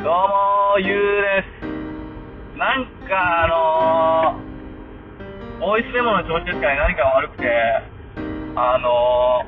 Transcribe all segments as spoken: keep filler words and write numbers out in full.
どうも、ゆうです。なんかあのー、ボイスメモの調子ですかね、何か悪くて、あの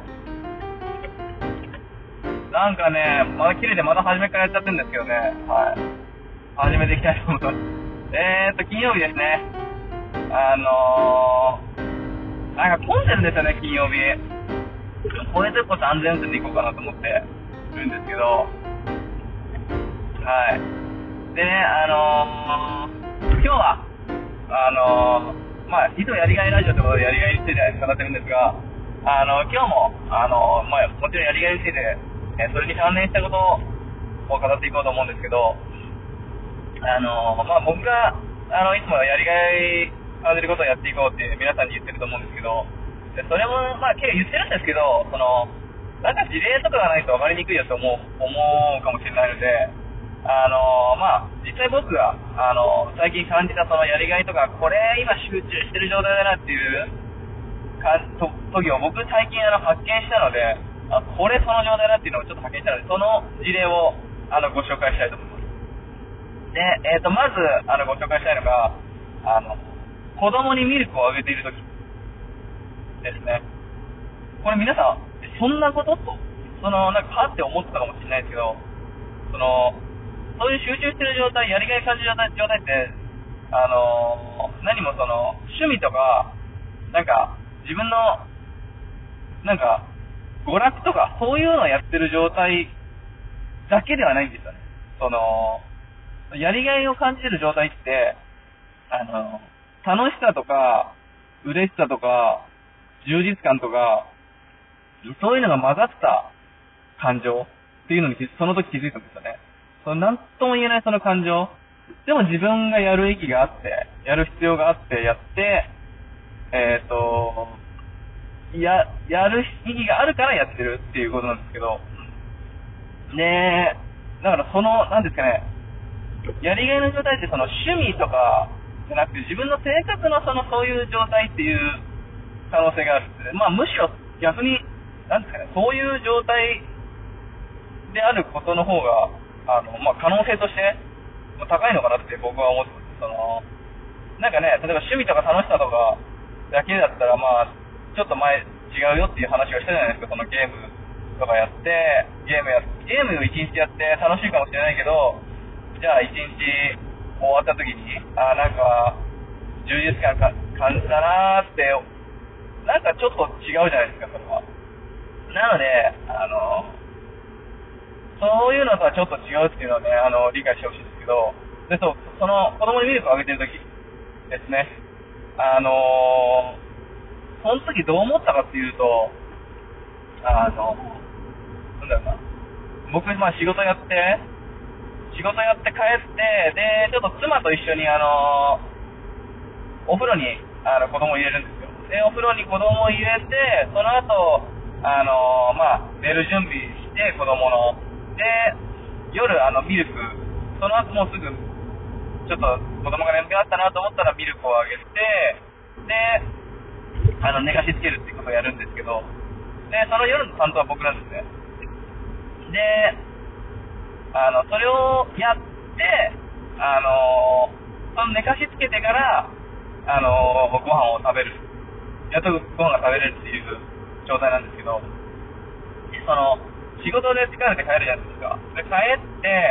ー、なんかね、まだ切れてまた初めからやっちゃってるんですけどね、はい。始めていきたいと思います。えーっと、金曜日ですね。あのー、なんか混んでるんですよね、金曜日。これでこそ安全運転で行こうかなと思ってるんですけど、はい。でね、あのー、今日は、あのー、まあ、いつもやりがいラジオってことでやりがいについて語ってるんですが、あのー、今日も、あのー、まあ、もちろんやりがいについて、えー、それに関連したことを語っていこうと思うんですけど、あのー、まあ、僕が、あの、いつもやりがい感じることをやっていこうって皆さんに言ってると思うんですけど、でそれも、まあ、結構言ってるんですけど、その、なんか事例とかがないと分かりにくいよと思う、思うかもしれないので、あのー、まあ、実際僕が、あのー、最近感じたそのやりがいとか、これ今集中してる状態だなっていうかと時を僕最近あの発見したので、あ、これその状態だっていうのをちょっと発見したので、その事例をあのご紹介したいと思います。で、えっと、まずあのご紹介したいのが、あの、子供にミルクをあげている時ですね。これ皆さん、そんなことと、その、なんか、はって思ってたかもしれないですけど、その、そういう集中してる状態、やりがい感じる状態、状態って、あのー、何もその、趣味とか、なんか、自分の、なんか、娯楽とか、そういうのをやってる状態だけではないんですよね。その、やりがいを感じてる状態って、あの、楽しさとか、嬉しさとか、充実感とか、そういうのが混ざった感情っていうのにその時気づいたんですよね。そのなんとも言えないその感情。でも自分がやる意義があって、やる必要があってやって、えっと、や、やる意義があるからやってるっていうことなんですけど、で、だからその、なんですかね、やりがいの状態ってその趣味とかじゃなくて自分の性格のそのそういう状態っていう可能性があるんですね。まあむしろ逆に、なんですかね、そういう状態であることの方が、あの、まあ、可能性として高いのかなって僕は思ってます。その、なんかね、例えば趣味とか楽しさとかだけだったら、まあ、ちょっと前違うよっていう話をしたじゃないですか。そのゲームとかやって、ゲームや、ゲームを一日やって楽しいかもしれないけど、じゃあ一日終わった時に、あ、なんか、充実感か感じたなーって、なんかちょっと違うじゃないですか、それは。なので、あの、そういうのとはちょっと違うっていうのをね、あの、理解してほしいんですけど、で、そう、その、子供にミルクをあげてるときですね、あのー、その時どう思ったかっていうと、あの、なんだろうな、僕、まあ仕事やって、仕事やって帰って、で、ちょっと妻と一緒に、あのー、お風呂に、あの、子供を入れるんですよ。で、お風呂に子供を入れて、その後、あのー、まあ、寝る準備して、子供の、で、夜、あの、ミルク、その後もうすぐ、ちょっと子供が眠くなったなと思ったらミルクをあげて、で、あの、寝かしつけるっていうことをやるんですけど、で、その夜の担当は僕なんですね。で、あの、それをやって、あのー、その寝かしつけてから、あのー、ご飯を食べる。やっとご飯が食べれるっていう状態なんですけど、その、仕事で疲れて帰るじゃないですか。で、帰って、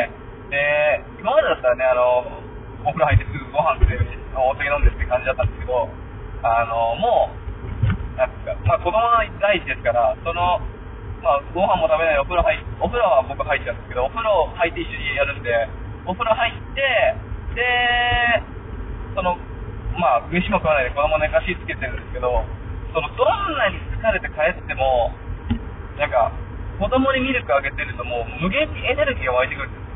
で、今までだったらね、あの、お風呂入ってすぐご飯食って、お酒飲んでって感じだったんですけど、あの、もう、なんですか、まあ子供の第一ですから、その、まあご飯も食べないでお風呂入っ、お風呂は僕入っちゃうんですけど、お風呂入って一緒にやるんで、お風呂入って、で、その、まあ飯も食わないで子供寝かしつけてるんですけど、その、どんなに疲れて帰っても、なんか、子供にミルクあげてるともう無限にエネルギーが湧いてくるんです。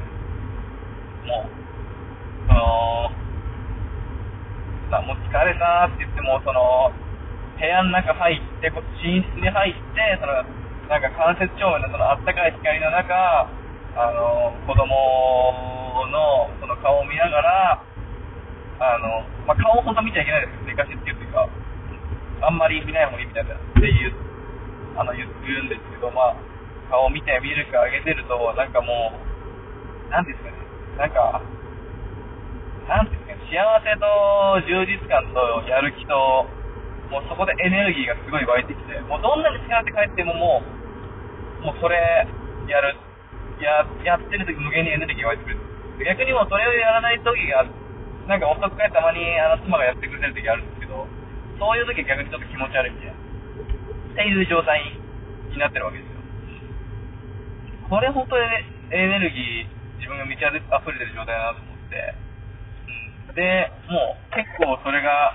もう、その、まあ、もう疲れたって言っても、その、部屋の中入って、寝室に入って、その、なんか間接照明のそのあったかい光の中、あの、子供のその顔を見ながら、あの、まあ、顔を本当見ちゃいけないです。寝かしつけっていうか、あんまり見ない方がいいみたいなっていう、あの、言うんですけど、まあ、顔を見てミルクあげてると、なんかもう、なんですかね、 なんか、なんていうんですか、幸せと充実感とやる気と、もうそこでエネルギーがすごい湧いてきて、もうどんなに疲れて帰ってももう、もうそれやる、や、やってる時無限にエネルギー湧いてくる。逆にもうそれをやらない時が、なんか遅く帰たまにあの妻がやってくれてる時あるんですけど、そういう時は逆にちょっと気持ち悪いみたいな。っていう状態になってるわけですよ。これ本当にエネルギー、自分が満ち溢れてる状態だなと思って、うん、で、もう結構それが、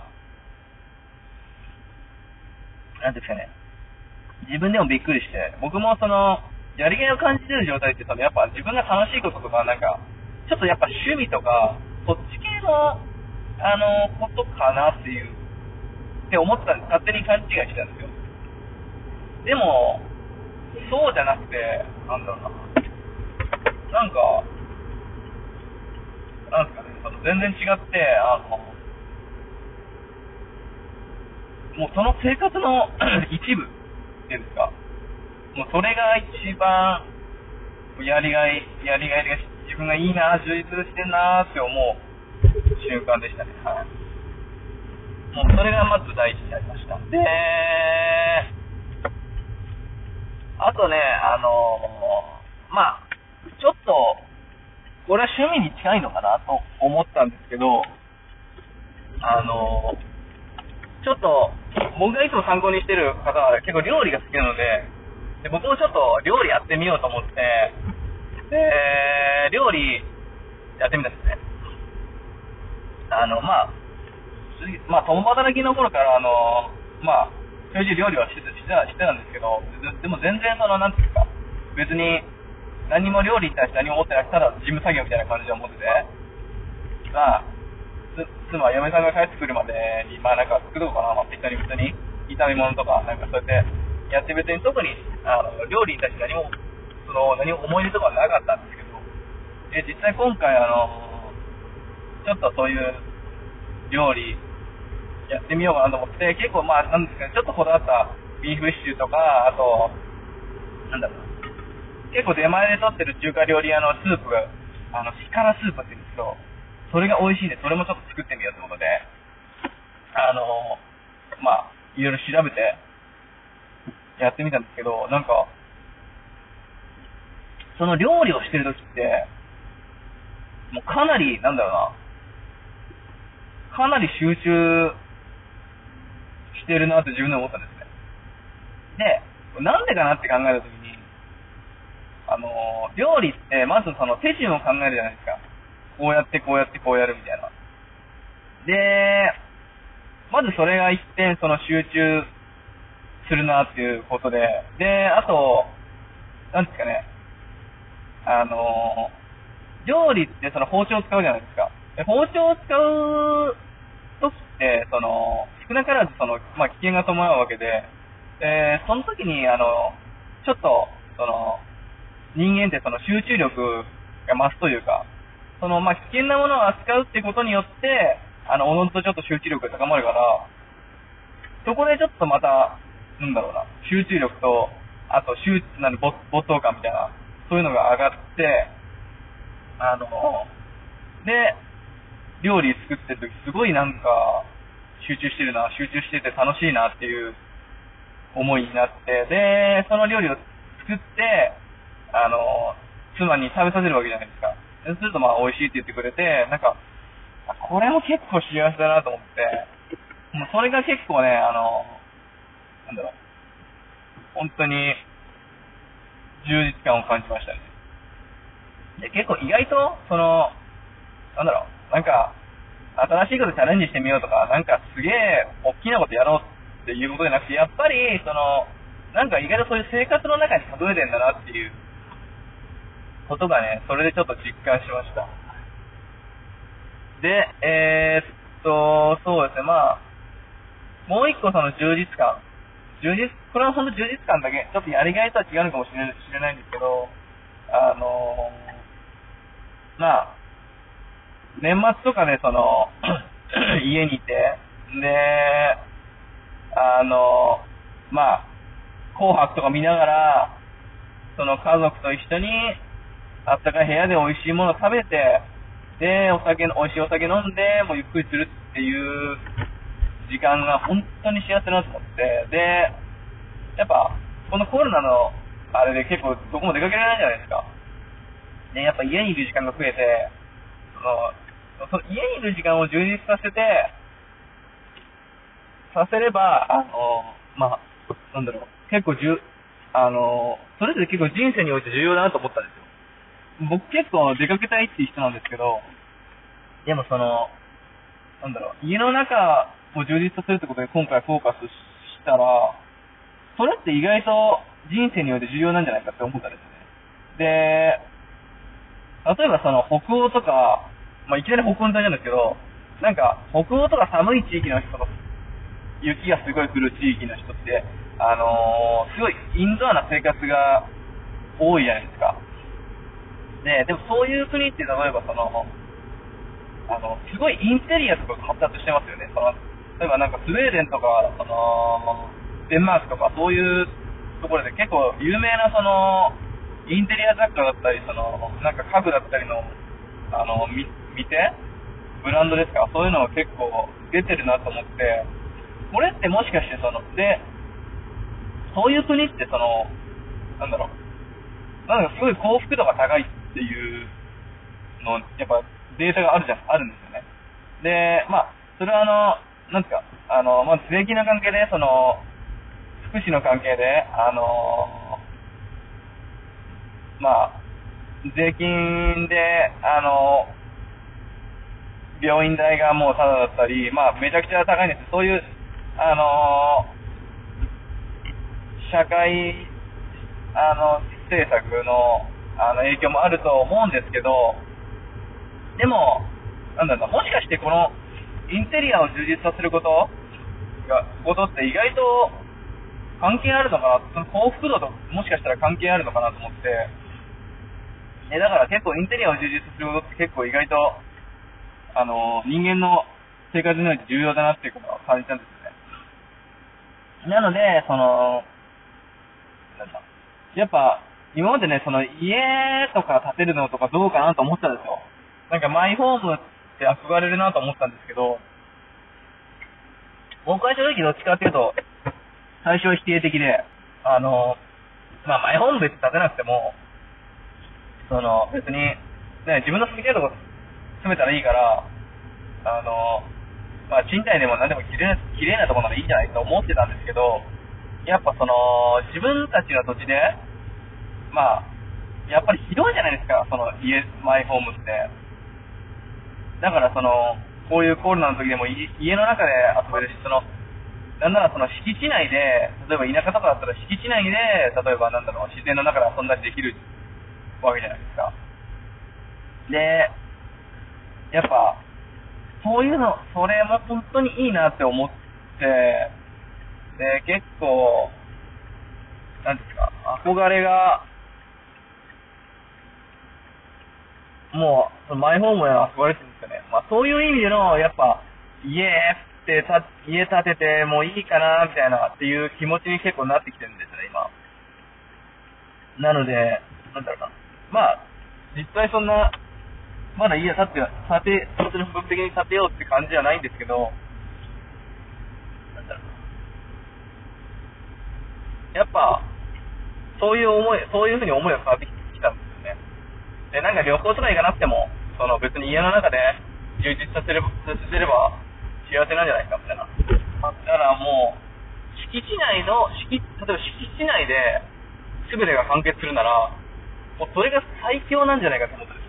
なんですかね、自分でもびっくりして、僕もその、やりがいを感じてる状態ってそのやっぱ自分が楽しいこととかなんか、ちょっとやっぱ趣味とか、そっち系の、あの、ことかなっていう、って思ってたんです。勝手に勘違いしてたんですよ。でも、そうじゃなくて、なんだろうな。なんか、なんですかね、その全然違って、あの、もうその生活の一部っていうんですか、もうそれが一番やりがい、やりがいが自分がいいな、充実してんなって思う瞬間でしたね。はい。もうそれがまず第一になりました。で、あとね、あのー、まあ、ちょっと、これは趣味に近いのかなと思ったんですけど、あのー、ちょっと、僕がいつも参考にしてる方は結構料理が好きなので、で僕もちょっと料理やってみようと思って、で、料理やってみたんですね。あの、まあ、まあ、共働きの頃から、あの、まあ、ちょいちょい料理はしてた、してた、してたんですけど、でも全然その、なんていうか、別に、何も料理に対して何も思ってなくて、ただ事務作業みたいな感じで思ってて、まあ、妻、嫁さんが帰ってくるまでに、まあなんか作ろうかな、まあ適当に普通に炒め物とか、なんかそうやってやって別に特に、あの、料理に対して何も、その、何も思い出とかはなかったんですけど、え、実際今回あの、ちょっとそういう料理やってみようかなと思って、結構まあなんですかね、ちょっとこだわったビーフシチューとか、あと、なんだろうな、結構出前で取ってる中華料理屋のスープが、あの、シカラスープって言うんですけど、それが美味しいんで、それもちょっと作ってみようということで、あの、まあ、いろいろ調べて、やってみたんですけど、なんか、その料理をしてるときって、もうかなり、なんだろうな、かなり集中してるなって自分で思ったんですね。で、なんでかなって考えたときに、あの、料理って、まずその手順を考えるじゃないですか。こうやってこうやってこうやるみたいな。で、まずそれが一点その集中するなっていうことで、で、あと、なんですかね、あの、料理ってその包丁を使うじゃないですか。で包丁を使うときって、その、少なからずその、まあ、危険が伴うわけで、で、その時に、あの、ちょっと、その、人間ってその集中力が増すというか、その、まあ、危険なものを扱うっていうことによって、あの、おのずとちょっと集中力が高まるから、そこでちょっとまた、なんだろうな、集中力と、あと、集、なんで、没頭感みたいな、そういうのが上がって、あの、で、料理作ってるときすごいなんか、集中してるな、集中してて楽しいなっていう思いになって、で、その料理を作って、あの、妻に食べさせるわけじゃないですか。そうするとまあ美味しいって言ってくれて、なんか、これも結構幸せだなと思って、もうそれが結構ね、あの、なんだろう、本当に充実感を感じましたね。で、結構意外と、その、なんだろう、なんか、新しいことチャレンジしてみようとか、なんかすげえ大きなことやろうっていうことじゃなくて、やっぱり、その、なんか意外とそういう生活の中に例えてんだなっていうことがね、それでちょっと実感しました。で、えー、っと、そうですね、まあ、もう一個その充実感。充実、これは本当充実感だけ、ちょっとやりがいとは違うのかもしれない、知れないんですけど、あのー、まあ、年末とかでその、家にいて、で、あのー、まあ、紅白とか見ながら、その家族と一緒に、あったかい部屋で美味しいものを食べて、 で、お酒の、美味しいお酒飲んで、もうゆっくりするっていう時間が本当に幸せだなと思って、で、やっぱ、このコロナの、あれで結構どこも出かけられないじゃないですか。で、やっぱ家にいる時間が増えて、その、その家にいる時間を充実させて、させれば、あの、まあ、なんだろう、結構じゅ、あの、それぞれ結構人生において重要だなと思ったんですよ。僕結構出かけたいっていう人なんですけど、でもその、なんだろう、家の中を充実させるってことで今回フォーカスしたら、それって意外と人生において重要なんじゃないかって思ったんですよね。で、例えばその北欧とか、まあ、いきなり北欧に大事なんですけど、なんか北欧とか寒い地域の人と雪がすごい降る地域の人って、あのー、すごいインドアな生活が多いじゃないですか。で、でもそういう国って例えばその、あの、すごいインテリアとか発達してますよね。その、例えばなんかスウェーデンとか、その、デンマークとかそういうところで結構有名なその、インテリア雑貨だったり、その、なんか家具だったりの、あの、み、見て、ブランドですか、そういうのが結構出てるなと思って、これってもしかしてその、で、そういう国ってその、なんだろう、なんかすごい幸福度が高いっていうの、やっぱデータがあるじゃん、あるんですよね。で、まあ、それはあの、なんですか、あの、まず税金の関係で、その、福祉の関係で、あの、まあ、税金で、あの、病院代がもうタダだったり、まあ、めちゃくちゃ高いんです。そういう、あの、社会、あの、政策の、あの、影響もあると思うんですけど、でも、なんだろう、もしかしてこの、インテリアを充実させることが、ことって意外と関係あるのかな、その幸福度ともしかしたら関係あるのかなと思って、え、だから結構インテリアを充実することって結構意外と、あの、人間の生活において重要だなっていうことを感じたんですよね。なので、その、なんだ、やっぱ、今までね、その家とか建てるのとかどうかなと思ったんですよ。なんかマイホームって憧れるなと思ったんですけど、僕は正直どっちかっていうと、最初は否定的で、あの、まあマイホーム別に建てなくても、その、別に、ね、自分の住みたいとこ住めたらいいから、あの、まあ賃貸でも何でも綺麗な、綺麗なところならいいんじゃないと思ってたんですけど、やっぱその、自分たちの土地で、まあ、やっぱり広いじゃないですか、その家、マイホームって。だからその、こういうコロナの時でも家の中で遊べるし、その、なんならその敷地内で、例えば田舎とかだったら敷地内で、例えばなんだろう、自然の中で遊んだりできるわけじゃないですか。で、やっぱ、そういうの、それも本当にいいなって思って、で、結構、なんですか、憧れが、もう、マイホームへの憧れてるんですよね。まあそういう意味での、やっぱ、家ってた、家建ててもいいかな、みたいなっていう気持ちに結構なってきてるんですよね、今。なので、なんだろうな。まあ、実際そんな、まだ家建て、建て、本当に本格的に建てようって感じじゃないんですけど、なんだろうな。やっぱ、そういう思い、そういうふうに思いが変わってきたんですよね。で、なんか旅行とか行かなくても、その別に家の中で充実させれば、させれば幸せなんじゃないかみたいな。だからもう、敷地内の、敷、例えば敷地内で全てが完結するなら、もうそれが最強なんじゃないかと思ったんです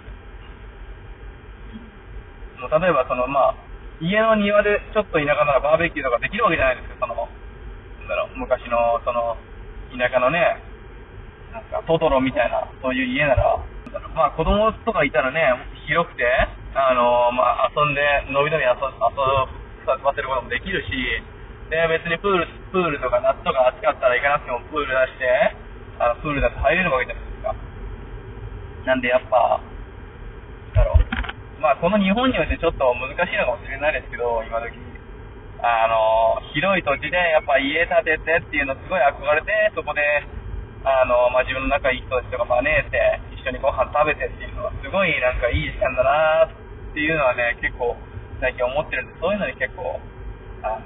よ。もう例えばその、まあ、家の庭でちょっと田舎ならバーベキューとかできるわけじゃないですか、その、なんだろう、昔の、その、田舎のね、なんかトトロみたいな、そういう家なら、まあ子供とかいたらね、広くて、あのー、まあ遊んで、のびのび遊、遊ばせることもできるし、で、別にプール、プールとか夏とか暑かったら行かなくてもプール出して、あの、プールだと入れるわけじゃないですか。なんでやっぱ、だろう。まあこの日本においてちょっと難しいのかもしれないですけど、今時。あのー、広い土地でやっぱ家建ててっていうのすごい憧れて、そこで、あの、まあ、自分の仲いい人たちとか招いて、一緒にご飯食べてっていうのは、すごいなんかいい時間だなっていうのはね、結構最近思ってるんで、そういうのに結構、あの、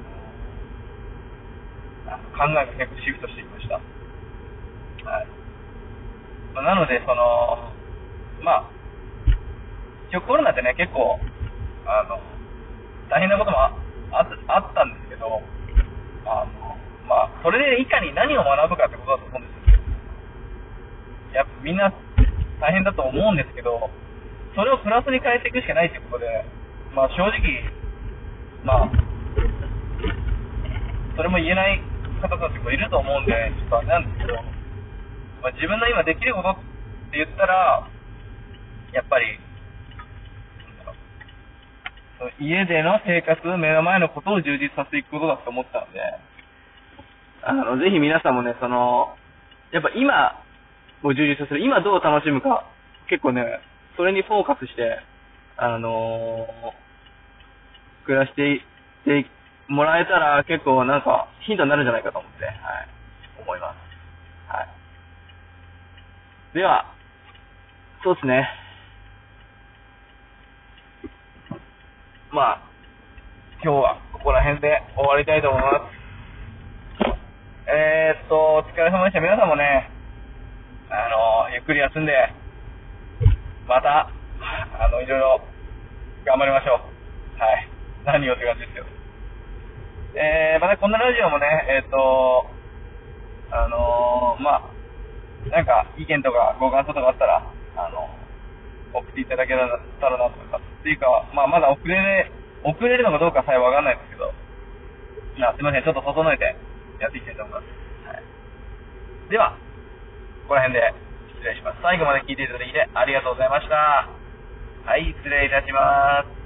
あの考えが結構シフトしてきました。はい。まあ、なので、その、まあ、一応コロナってね、結構、あの、大変なことも あ, あ, あったんですけど、あの、まあ、それでいかに何を学ぶかってことだと思うんですよ。やっぱみんな大変だと思うんですけど、それをプラスに変えていくしかないってことで、まあ正直、まあ、それも言えない方たちもいると思うんで、ちょっとあれなんですけど、まあ、自分の今できることって言ったら、やっぱり、家での生活、目の前のことを充実させていくことだと思ったので、あの、ぜひ皆さんもね、その、やっぱ今を充実させる、今どう楽しむか、結構ね、それにフォーカスして、あのー、暮らしていってもらえたら結構なんかヒントになるんじゃないかと思って、はい、思います。はい。では、そうですね。まあ、今日はここら辺で終わりたいと思います。えーっと、お疲れ様でした。皆さんもね、あのー、ゆっくり休んで、また、あの、いろいろ頑張りましょう。はい。何をって感じですよ。えー、またこんなラジオもね、えーっと、あのー、まあ、なんか意見とかご感想とかあったら、あの、送っていただけたらなと思います。っていうか、まあ、まだ遅れれ、遅れるのかどうかさえわかんないんですけど、まあ、すいません、ちょっと整えてやっていきたいと思います。はい。では、ここら辺で失礼します。最後まで聞いていただいてありがとうございました。はい、失礼いたします。